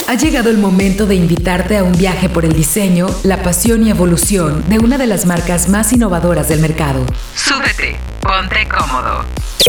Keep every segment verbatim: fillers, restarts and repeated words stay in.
Ha llegado el momento de invitarte a un viaje por el diseño, la pasión y evolución de una de las marcas más innovadoras del mercado. Súbete, ponte cómodo.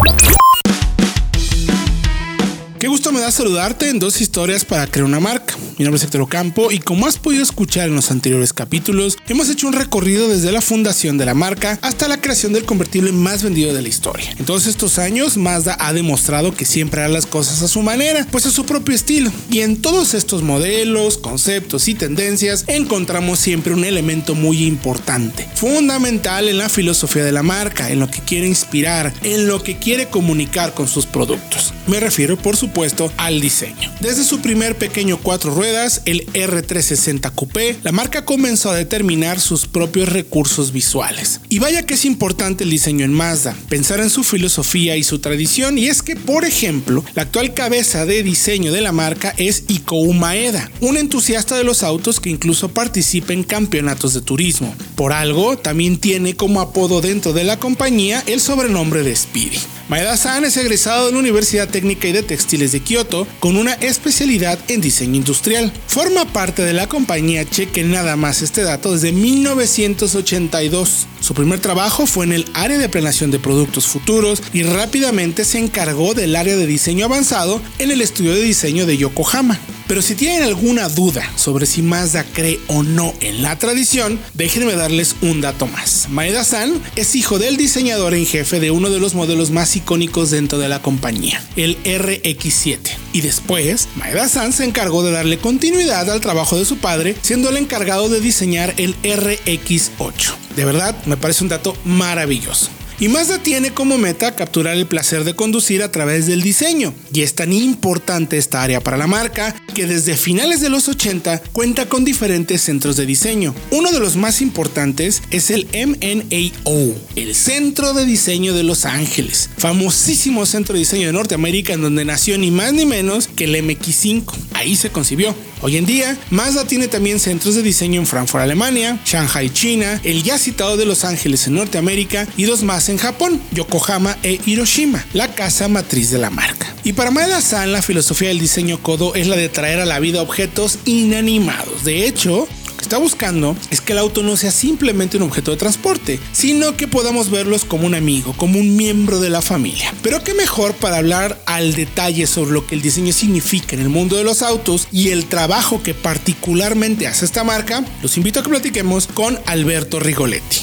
Qué gusto me da saludarte en Dos Historias para Crear una Marca. Mi nombre es Héctor Ocampo y como has podido escuchar en los anteriores capítulos, hemos hecho un recorrido desde la fundación de la marca hasta la creación del convertible más vendido de la historia. En todos estos años, Mazda ha demostrado que siempre hará las cosas a su manera, pues a su propio estilo. Y en todos estos modelos, conceptos y tendencias, encontramos siempre un elemento muy importante, fundamental en la filosofía de la marca, en lo que quiere inspirar, en lo que quiere comunicar con sus productos. Me refiero, por supuesto, Puesto al diseño. Desde su primer pequeño cuatro ruedas, el R trescientos sesenta Coupé, la marca comenzó a determinar sus propios recursos visuales. Y vaya que es importante el diseño en Mazda, pensar en su filosofía y su tradición, y es que, por ejemplo, la actual cabeza de diseño de la marca es Ikou Maeda, un entusiasta de los autos que incluso participa en campeonatos de turismo. Por algo, también tiene como apodo dentro de la compañía el sobrenombre de Speedy. Maeda-san es egresado de la Universidad Técnica y de Textiles de Kioto con una especialidad en diseño industrial. Forma parte de la compañía, cheque nada más este dato, desde mil novecientos ochenta y dos. Su primer trabajo fue en el área de planeación de productos futuros y rápidamente se encargó del área de diseño avanzado en el estudio de diseño de Yokohama. Pero si tienen alguna duda sobre si Mazda cree o no en la tradición, déjenme darles un dato más. Maeda-san es hijo del diseñador en jefe de uno de los modelos más icónicos dentro de la compañía, el R X siete. Y después, Maeda-san se encargó de darle continuidad al trabajo de su padre, siendo el encargado de diseñar el R X ocho. De verdad, me parece un dato maravilloso. Y Mazda tiene como meta capturar el placer de conducir a través del diseño. Y es tan importante esta área para la marca que desde finales de los ochenta cuenta con diferentes centros de diseño. Uno de los más importantes es el M N A O, el Centro de Diseño de Los Ángeles, famosísimo centro de diseño de Norteamérica en donde nació ni más ni menos que el M X cinco. Ahí se concibió. Hoy en día, Mazda tiene también centros de diseño en Frankfurt, Alemania, Shanghai, China, el ya citado de Los Ángeles en Norteamérica y dos más en Japón, Yokohama e Hiroshima, la casa matriz de la marca. Y para Maeda-san, la filosofía del diseño Kodo es la de traer a la vida objetos inanimados. De hecho, lo que está buscando es que el auto no sea simplemente un objeto de transporte, sino que podamos verlos como un amigo, como un miembro de la familia. Pero qué mejor para hablar al detalle sobre lo que el diseño significa en el mundo de los autos y el trabajo que particularmente hace esta marca. Los invito a que platiquemos con Alberto Rigoletti.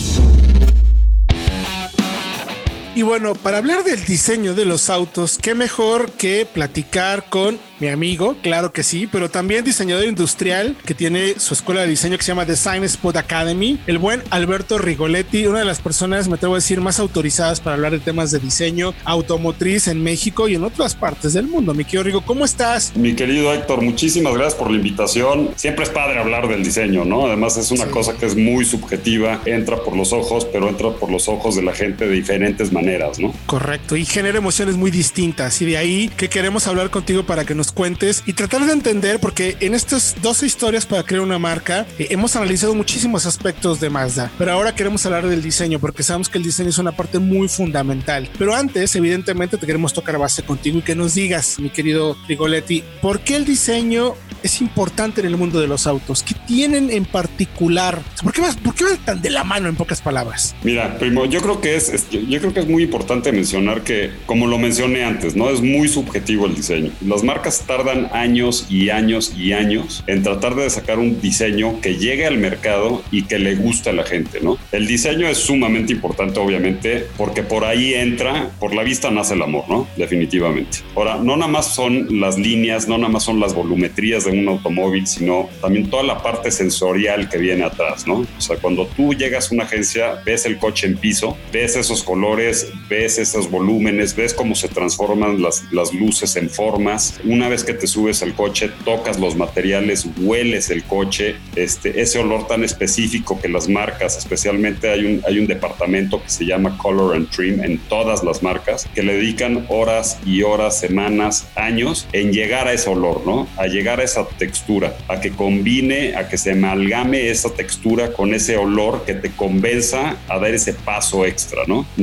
Y bueno, para hablar del diseño de los autos, qué mejor que platicar con mi amigo, claro que sí, pero también diseñador industrial que tiene su escuela de diseño que se llama Design Spot Academy, el buen Alberto Rigoletti, una de las personas, me atrevo a decir, más autorizadas para hablar de temas de diseño automotriz en México y en otras partes del mundo. Mi querido Rigo, ¿cómo estás? Mi querido Héctor, muchísimas gracias por la invitación. Siempre es padre hablar del diseño, ¿no? Además es una sí. cosa que es muy subjetiva, entra por los ojos, pero entra por los ojos de la gente de diferentes maneras, ¿no? Correcto, y genera emociones muy distintas y de ahí que queremos hablar contigo para que nos cuentes y tratar de entender, porque en estas dos historias para crear una marca eh, hemos analizado muchísimos aspectos de Mazda, pero ahora queremos hablar del diseño porque sabemos que el diseño es una parte muy fundamental. Pero antes, evidentemente, te queremos tocar base contigo y que nos digas, mi querido Rigoletti, ¿por qué el diseño es importante en el mundo de los autos? ¿Qué tienen en particular? ¿Por qué, vas, ¿Por qué van tan de la mano, en pocas palabras? Mira, primo, yo creo que es, es yo, yo creo que es muy importante mencionar que, como lo mencioné antes, ¿no? Es muy subjetivo el diseño. Las marcas tardan años y años y años en tratar de sacar un diseño que llegue al mercado y que le guste a la gente, ¿no? El diseño es sumamente importante, obviamente, porque por ahí entra, por la vista nace el amor, ¿no? Definitivamente. Ahora, no nada más son las líneas, no nada más son las volumetrías de un automóvil, sino también toda la parte sensorial que viene atrás, ¿no? O sea, cuando tú llegas a una agencia, ves el coche en piso, ves esos colores, ves esos volúmenes, ves cómo se transforman las, las luces en formas. Una vez que te subes al coche, tocas los materiales, hueles el coche, este, ese olor tan específico que las marcas, especialmente hay un, hay un departamento que se llama Color and Trim en todas las marcas, que le dedican horas y horas, semanas, años en llegar a ese olor, ¿no? A llegar a esa textura, a que combine, a que se amalgame esa textura con ese olor que te convenza a dar ese paso extra, ¿no? Entonces hay mucha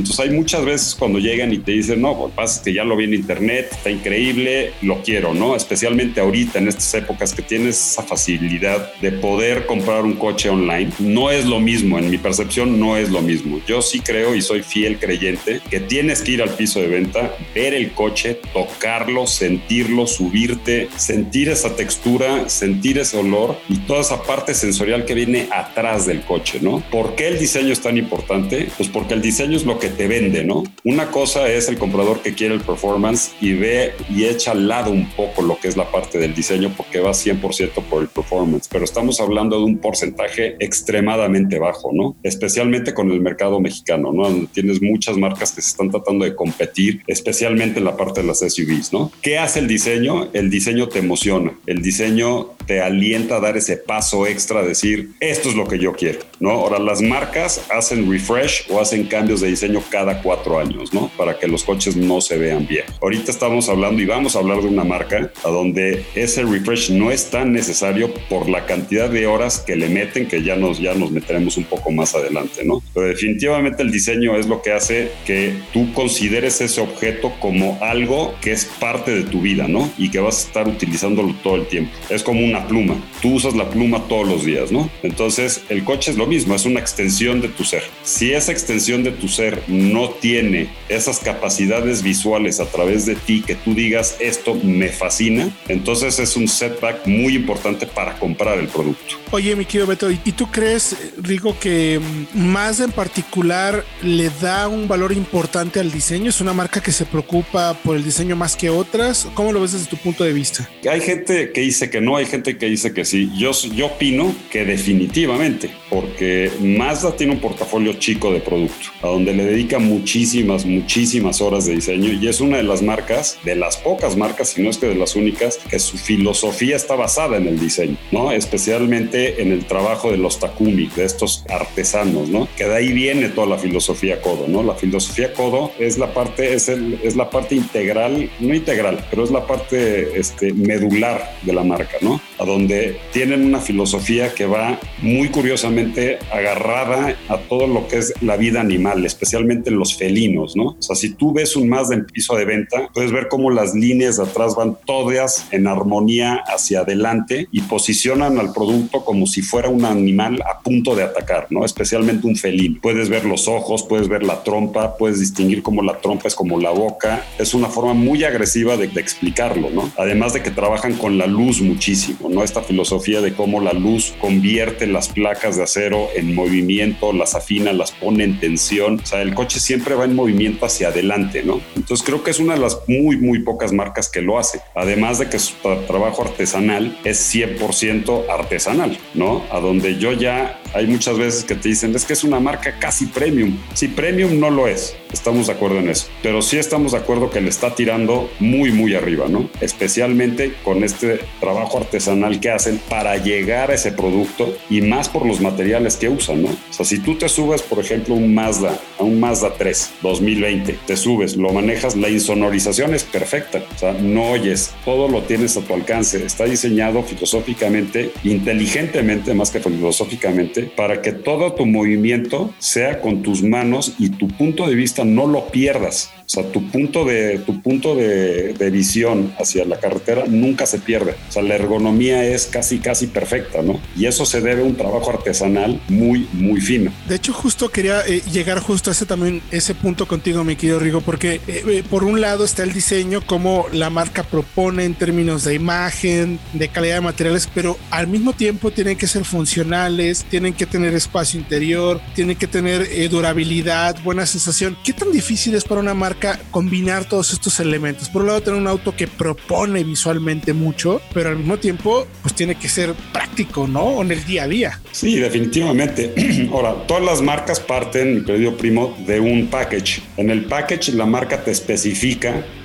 muchas veces cuando llegan y te dicen, no, pues pasa que ya lo vi en internet, está increíble, lo quiero, ¿no? Especialmente ahorita en estas épocas que tienes esa facilidad de poder comprar un coche online. No es lo mismo, en mi percepción no es lo mismo. Yo sí creo y soy fiel creyente que tienes que ir al piso de venta, ver el coche, tocarlo, sentirlo, subirte, sentir esa textura, sentir ese olor y toda esa parte sensorial que viene atrás del coche, ¿no? ¿Por qué el diseño es tan importante? Pues porque el diseño es lo que te vende, ¿no? Una cosa es el comprador que quiere el performance y ve y echa al lado un poco lo que es la parte del diseño porque va cien por ciento por el performance, pero estamos hablando de un porcentaje extremadamente bajo, ¿no? Especialmente con el mercado mexicano, ¿no? Donde tienes muchas marcas que se están tratando de competir, especialmente en la parte de las S U Vs, ¿no? ¿Qué hace el diseño? El diseño te emociona, el diseño te alienta a dar ese paso extra, a decir, esto es lo que yo quiero, ¿no? Ahora, las marcas hacen refresh o hacen cambios de diseño cada cuatro años, ¿no? Para que los coches no se vean bien. Ahorita estamos hablando y vamos a hablar de una marca a donde ese refresh no es tan necesario por la cantidad de horas que le meten, que ya nos, ya nos meteremos un poco más adelante, ¿no? Pero definitivamente el diseño es lo que hace que tú consideres ese objeto como algo que es parte de tu vida, ¿no? Y que vas a estar utilizándolo todo el tiempo. Es como una pluma. Tú usas la pluma todos los días, ¿no? Entonces, el coche es lo mismo, es una extensión de tu ser. Si esa extensión de tu ser no tiene esas capacidades visuales a través de ti que tú digas, esto me fascina, entonces es un setback muy importante para comprar el producto. Oye, mi querido Beto, ¿y tú crees, Rigo, que Mazda en particular le da un valor importante al diseño? ¿Es una marca que se preocupa por el diseño más que otras? ¿Cómo lo ves desde tu punto de vista? Hay gente que dice que no, hay gente que dice que sí. Yo, yo opino que definitivamente, porque Mazda tiene un portafolio chico de producto, a donde le dedica muchísimas, muchísimas horas de diseño y es una de las marcas, de las pocas marcas, si no es que de las únicas, que su filosofía está basada en el diseño, ¿no? Especialmente en el trabajo de los Takumi, de estos artesanos, ¿no? Que de ahí viene toda la filosofía Kodo, ¿no? La filosofía Kodo es la parte, es, el, es la parte integral, no integral, pero es la parte este, medular de la marca, ¿no? A donde tienen una filosofía que va muy curiosamente agarrada a todo lo que es la vida animal, especialmente los felinos, ¿no? O sea, si tú ves un Mazda en piso de venta, puedes ver cómo las líneas de atrás van todas en armonía hacia adelante y posicionan al producto como si fuera un animal a punto de atacar, ¿no? Especialmente un felino. Puedes ver los ojos, puedes ver la trompa, puedes distinguir cómo la trompa es como la boca. Es una forma muy agresiva de, de explicarlo, ¿no? Además de que trabajan con la luz muchísimo, ¿no? Esta filosofía de cómo la luz convierte las placas de acero en movimiento, las afina, las pone en tensión. O sea, el coche siempre va en movimiento hacia adelante, ¿no? Entonces creo que es una de las muy, muy pocas marcas que lo hace. Además de que su tra- trabajo artesanal es cien por ciento artesanal, ¿no? A donde yo ya hay muchas veces que te dicen, es que es una marca casi premium. Sí, premium no lo es. Estamos de acuerdo en eso. Pero sí estamos de acuerdo que le está tirando muy, muy arriba, ¿no? Especialmente con este trabajo artesanal que hacen para llegar a ese producto y más por los materiales que usan, ¿no? O sea, si tú te subes, por ejemplo, un Mazda, a un Mazda tres dos mil veinte, te subes, lo manejas, la insonorización es perfecta. O sea, no oyes, todo lo tienes a tu alcance. Está diseñado filosóficamente, inteligentemente, más que filosóficamente, para que todo tu movimiento sea con tus manos y tu punto de vista no lo pierdas. O sea, tu punto de, tu punto de, de visión hacia la carretera nunca se pierde. O sea, la ergonomía es casi, casi perfecta, ¿no? Y eso se debe a un trabajo artesanal muy, muy fino. De hecho, justo quería eh, llegar justo a ese también, ese punto contigo, mi querido Rigo, porque eh, eh, por un lado está el diseño, como la marca propone en términos de imagen, de calidad de materiales, pero al mismo tiempo tienen que ser funcionales, tienen que tener espacio interior, tienen que tener eh, durabilidad, buena sensación. ¿Qué tan difícil es para una marca combinar todos estos elementos? Por un lado, tener un auto que propone visualmente mucho, pero al mismo tiempo pues tiene que ser práctico, ¿no? En el día a día. Sí, definitivamente. Ahora, todas las marcas parten, mi querido primo, de un package. En el package la marca te especifica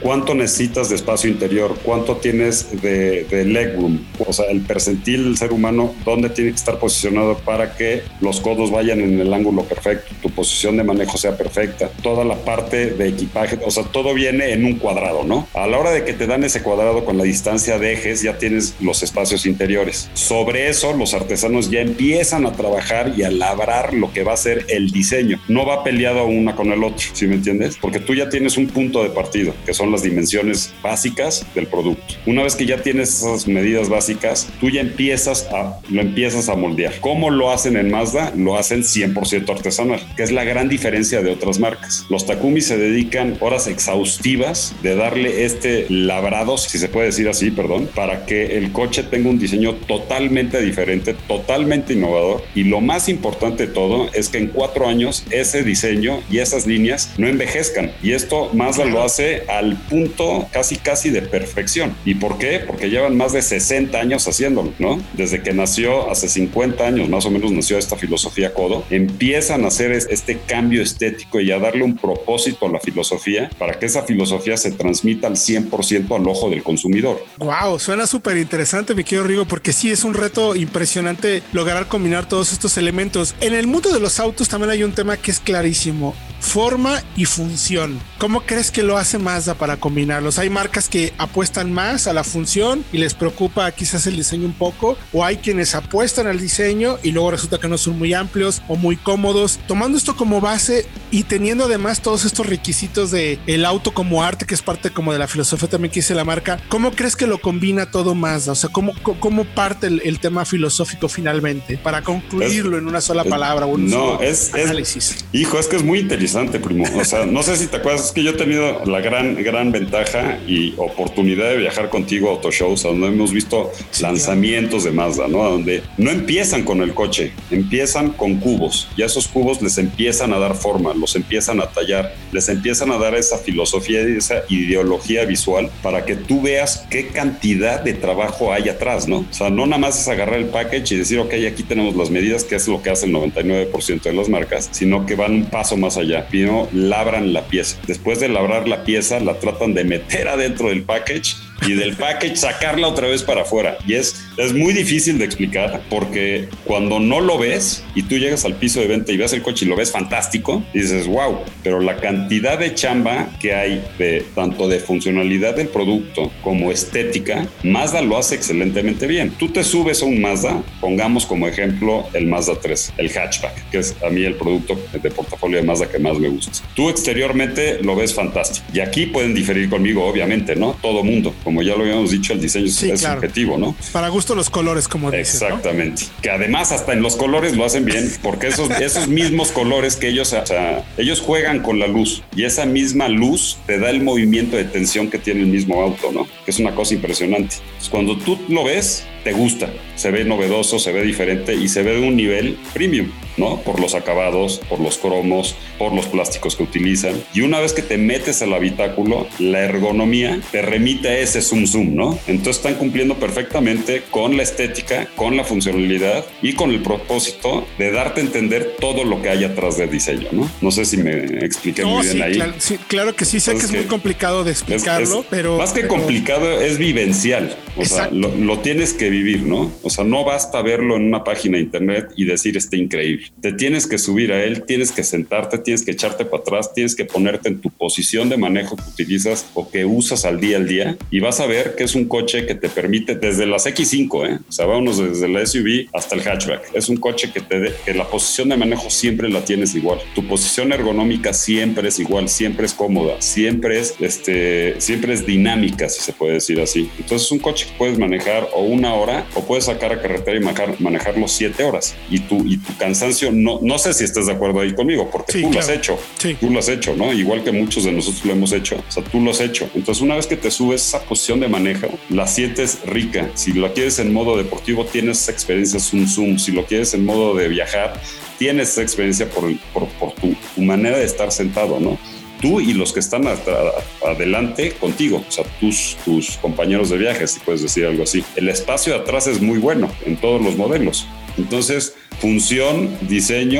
cuánto necesitas de espacio interior, cuánto tienes de, de legroom, o sea, el percentil del ser humano, dónde tiene que estar posicionado para que los codos vayan en el ángulo perfecto, tu posición de manejo sea perfecta, toda la parte de equipaje, o sea, todo viene en un cuadrado, ¿no? A la hora de que te dan ese cuadrado con la distancia de ejes, ya tienes los espacios interiores. Sobre eso, los artesanos ya empiezan a trabajar y a labrar lo que va a ser el diseño. No va peleado una con el otro, ¿sí me entiendes? Porque tú ya tienes un punto de partido, que son las dimensiones básicas del producto. Una vez que ya tienes esas medidas básicas, tú ya empiezas a, lo empiezas a moldear. ¿Cómo lo hacen en Mazda? Lo hacen cien por ciento artesanal, que es la gran diferencia de otras marcas. Los Takumi se dedican horas exhaustivas de darle este labrado, si se puede decir así, perdón, para que el coche tenga un diseño totalmente diferente, totalmente innovador, y lo más importante de todo es que en cuatro años ese diseño y esas líneas no envejezcan, y esto Mazda lo hace al punto casi casi de perfección. ¿Y por qué? Porque llevan más de sesenta años haciéndolo, ¿no? Desde que nació hace cincuenta años más o menos nació esta filosofía Kodo, empiezan a hacer este cambio estético y a darle un propósito a la filosofía para que esa filosofía se transmita al cien por ciento al ojo del consumidor. Wow, suena súper interesante, mi querido Rigo, porque sí es un reto impresionante lograr combinar todos estos elementos. En el mundo de los autos también hay un tema que es clarísimo: forma y función. ¿Cómo crees que lo hace Mazda para combinarlos? Hay marcas que apuestan más a la función y les preocupa quizás el diseño un poco, o hay quienes apuestan al diseño y luego resulta que no son muy amplios o muy cómodos. Tomando esto como base y teniendo además todos estos requisitos de el auto como arte, que es parte como de la filosofía también que dice la marca, ¿cómo crees que lo combina todo Mazda? O sea, ¿cómo, cómo parte el, el tema filosófico finalmente para concluirlo es, en una sola es, palabra o en un no, solo es, análisis? Es, hijo, es que es muy interesante, primo. O sea, no sé si te acuerdas, es que yo he tenido la gran, gran ventaja y oportunidad de viajar contigo a autoshows, a donde hemos visto sí, lanzamientos claro. de Mazda, ¿no? A donde no empiezan con el coche, empiezan con cubos, y a esos cubos les empiezan a dar forma, los empiezan a tallar, les empiezan a dar esa filosofía y esa ideología visual para que tú veas qué cantidad de trabajo hay atrás, ¿no? O sea, no nada más es agarrar el package y decir, ok, aquí tenemos las medidas, que es lo que hace el noventa y nueve por ciento de las marcas, sino que van un paso más allá. Primero labran la pieza. Después de labrar la pieza, la tratan de meter adentro del package y del package sacarla otra vez para afuera. Y es, es muy difícil de explicar, porque cuando no lo ves y tú llegas al piso de venta y ves el coche y lo ves fantástico, dices, wow, pero la cantidad de chamba que hay de tanto de funcionalidad del producto como estética, Mazda lo hace excelentemente bien. Tú te subes a un Mazda, pongamos como ejemplo el Mazda tres, el hatchback, que es a mí el producto de portafolio de Mazda que más me gusta. Tú exteriormente lo ves fantástico. Y aquí pueden diferir conmigo, obviamente, ¿no? Todo mundo. Como ya lo habíamos dicho, el diseño sí, es claro. subjetivo, ¿no? Para gusto los colores, como dices, exactamente, ¿no? Que además hasta en los colores lo hacen bien, porque esos, esos mismos colores que ellos, o sea, ellos juegan con la luz, y esa misma luz te da el movimiento de tensión que tiene el mismo auto, ¿no? Que es una cosa impresionante. Entonces, cuando tú lo ves, te gusta, se ve novedoso, se ve diferente y se ve de un nivel premium, ¿no? Por los acabados, por los cromos, por los plásticos que utilizan. Y una vez que te metes al habitáculo, la ergonomía te remite a ese zoom zoom, ¿no? Entonces están cumpliendo perfectamente con la estética, con la funcionalidad y con el propósito de darte a entender todo lo que hay atrás del diseño, ¿no? No sé si me expliqué no, muy bien sí, ahí. Claro, sí, claro que sí, sé Entonces, que es muy complicado de explicarlo, es, es, pero... Más que pero... complicado, es vivencial. O Exacto. sea, lo, lo tienes que vivir, ¿no? O sea, no basta verlo en una página de internet y decir está increíble. Te tienes que subir a él, tienes que sentarte, tienes que echarte para atrás, tienes que ponerte en tu posición de manejo que utilizas o que usas al día al día, y vas a ver que es un coche que te permite desde las equis cinco, ¿eh? O sea, vámonos desde la S U V hasta el hatchback. Es un coche que te de, que la posición de manejo siempre la tienes igual. Tu posición ergonómica siempre es igual, siempre es cómoda, siempre es, este, siempre es dinámica, si se puede decir así. Entonces es un coche que puedes manejar o una hora o puedes sacar a carretera y manejar, manejarlo siete horas. Y tu, y tu cansancio, no, no sé si estás de acuerdo ahí conmigo, porque sí, tú claro. lo has hecho. Sí. Tú lo has hecho, ¿no? Igual que muchos de nosotros lo hemos hecho. O sea, tú lo has hecho. Entonces, una vez que te subes esa posición de manejo, la sientes rica. Si lo quieres en modo deportivo, tienes esa experiencia zoom zoom. Si lo quieres en modo de viajar, tienes esa experiencia por, por, por tu, tu manera de estar sentado, ¿no? Tú y los que están hasta adelante contigo, o sea, tus, tus compañeros de viaje, si puedes decir algo así. El espacio de atrás es muy bueno en todos los modelos. Entonces, función, diseño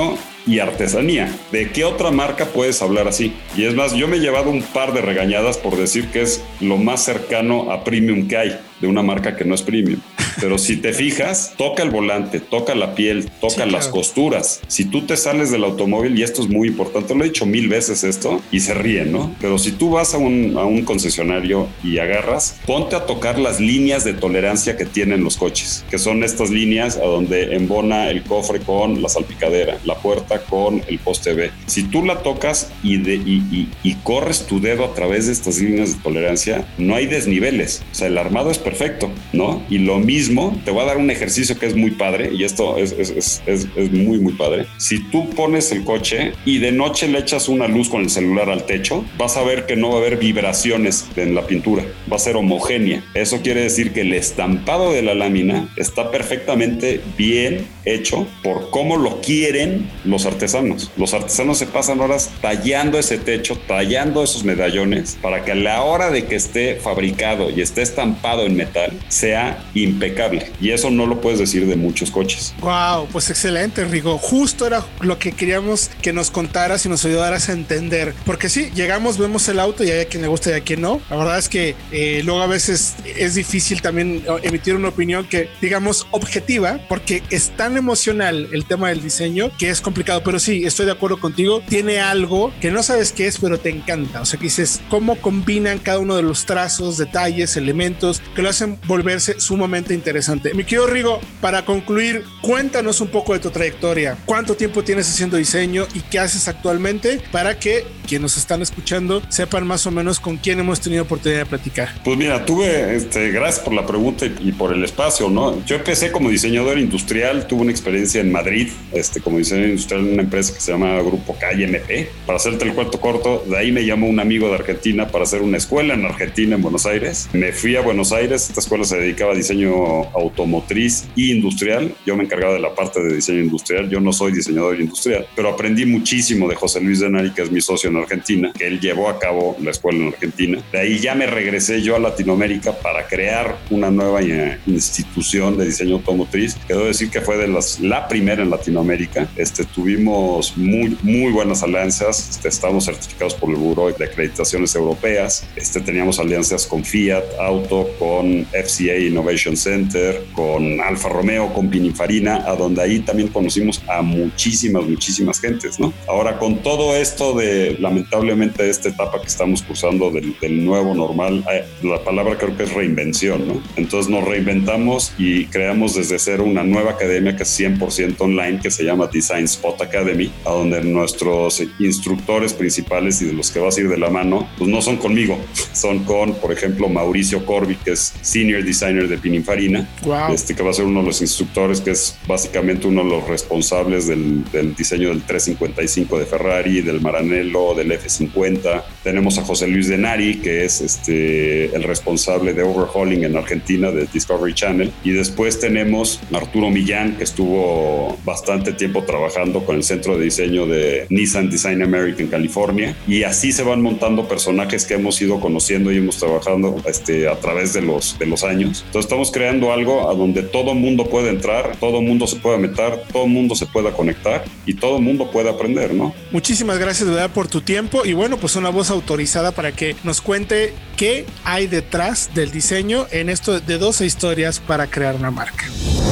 y artesanía. ¿De qué otra marca puedes hablar así? Y es más, yo me he llevado un par de regañadas por decir que es lo más cercano a premium que hay de una marca que no es premium. Pero si te fijas, toca el volante, toca la piel, toca sí, las claro. costuras. Si tú te sales del automóvil, y esto es muy importante, lo he dicho mil veces esto, y se ríen, ¿no? Pero si tú vas a un, a un concesionario y agarras, ponte a tocar las líneas de tolerancia que tienen los coches, que son estas líneas a donde embona el cofre con la salpicadera, la puerta con el poste B. Si tú la tocas y, de, y, y, y corres tu dedo a través de estas líneas de tolerancia, no hay desniveles. O sea, el armado es perfecto, ¿no? Y lo mismo, te voy a dar un ejercicio que es muy padre, y esto es, es, es, es, es muy, muy padre. Si tú pones el coche y de noche le echas una luz con el celular al techo, vas a ver que no va a haber vibraciones en la pintura, va a ser homogénea. Eso quiere decir que el estampado de la lámina está perfectamente bien hecho por cómo lo quieren los artesanos. Los artesanos se pasan horas tallando ese techo, tallando esos medallones, para que a la hora de que esté fabricado y esté estampado en metal, sea impecable. Y eso no lo puedes decir de muchos coches. Wow, pues excelente, Rigo. Justo era lo que queríamos que nos contaras y nos ayudaras a entender. Porque sí, llegamos, vemos el auto y hay a quien le gusta y a quien no. La verdad es que eh, luego a veces es difícil también emitir una opinión que, digamos, objetiva, porque es tan emocional el tema del diseño que es complicado. Pero sí, estoy de acuerdo contigo. Tiene algo que no sabes qué es, pero te encanta. O sea, que dices cómo combinan cada uno de los trazos, detalles, elementos que lo hacen volverse sumamente interesante. Mi querido Rigo, para concluir, cuéntanos un poco de tu trayectoria. ¿Cuánto tiempo tienes haciendo diseño y qué haces actualmente para que quienes nos están escuchando sepan más o menos con quién hemos tenido oportunidad de platicar? Pues mira, tuve, este, gracias por la pregunta y, y por el espacio, ¿no? Yo empecé como diseñador industrial, tuve una experiencia en Madrid, este, como diseñador industrial en una empresa que se llama Grupo K M P. Para hacerte el cuento corto, de ahí me llamó un amigo de Argentina para hacer una escuela en Argentina, en Buenos Aires. Me fui a Buenos Aires, esta escuela se dedicaba a diseño automotriz e industrial. Yo me encargaba de la parte de diseño industrial. Yo no soy diseñador industrial, pero aprendí muchísimo de José Luis Denari, que es mi socio en Argentina, que él llevó a cabo la escuela en Argentina. De ahí ya me regresé yo a Latinoamérica para crear una nueva institución de diseño automotriz. Quiero decir que fue de las, la primera en Latinoamérica. Este, tuvimos muy, muy buenas alianzas. Este, estábamos certificados por el Buró de Acreditaciones Europeas. Este, teníamos alianzas con Fiat Auto, con F C A Innovation Center, con Alfa Romeo, con Pininfarina, a donde ahí también conocimos a muchísimas, muchísimas gentes, ¿no? Ahora, con todo esto de, lamentablemente, esta etapa que estamos cursando del, del nuevo normal, la palabra creo que es reinvención, ¿no? Entonces nos reinventamos y creamos desde cero una nueva academia que es cien por ciento online, que se llama Design Spot Academy, a donde nuestros instructores principales y de los que vas a ir de la mano, pues no son conmigo, son con, por ejemplo, Mauricio Corvi, que es Senior Designer de Pininfarina, wow. este, que va a ser uno de los instructores, que es básicamente uno de los responsables del, del diseño del trescientos cincuenta y cinco de Ferrari, del Maranello, del F cincuenta. Tenemos a José Luis Denari, que es este, el responsable de overhauling en Argentina de Discovery Channel. Y después tenemos a Arturo Millán, que estuvo bastante tiempo trabajando con el centro de diseño de Nissan Design America en California. Y así se van montando personajes que hemos ido conociendo y hemos trabajado este, a través de los, de los años. Entonces estamos creando algo a donde todo mundo puede entrar, todo mundo se pueda meter, todo mundo se pueda conectar y todo mundo puede aprender, ¿no? Muchísimas gracias, de verdad, por tu tiempo y bueno, pues una voz autorizada para que nos cuente qué hay detrás del diseño en esto de doce historias para crear una marca.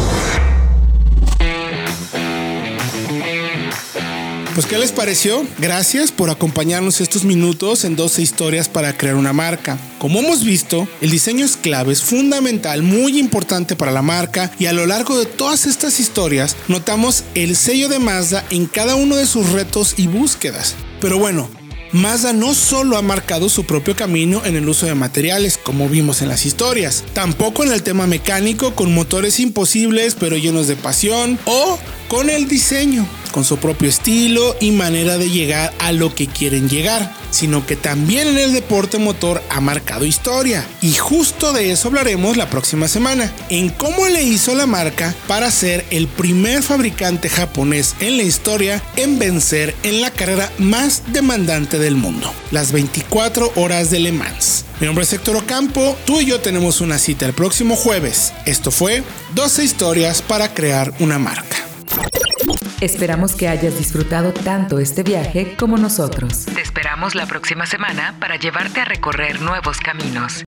Pues, ¿qué les pareció? Gracias por acompañarnos estos minutos en doce historias para crear una marca. Como hemos visto, el diseño es clave, es fundamental, muy importante para la marca y a lo largo de todas estas historias notamos el sello de Mazda en cada uno de sus retos y búsquedas. Pero bueno, Mazda no solo ha marcado su propio camino en el uso de materiales, como vimos en las historias, tampoco en el tema mecánico con motores imposibles pero llenos de pasión, o con el diseño, con su propio estilo y manera de llegar a lo que quieren llegar, sino que también en el deporte motor ha marcado historia. Y justo de eso hablaremos la próxima semana, en cómo le hizo la marca para ser el primer fabricante japonés en la historia en vencer en la carrera más demandante del mundo, las veinticuatro horas de Le Mans. Mi nombre es Héctor Ocampo, tú y yo tenemos una cita el próximo jueves. Esto fue doce historias para crear una marca. Esperamos que hayas disfrutado tanto este viaje como nosotros. Te esperamos la próxima semana para llevarte a recorrer nuevos caminos.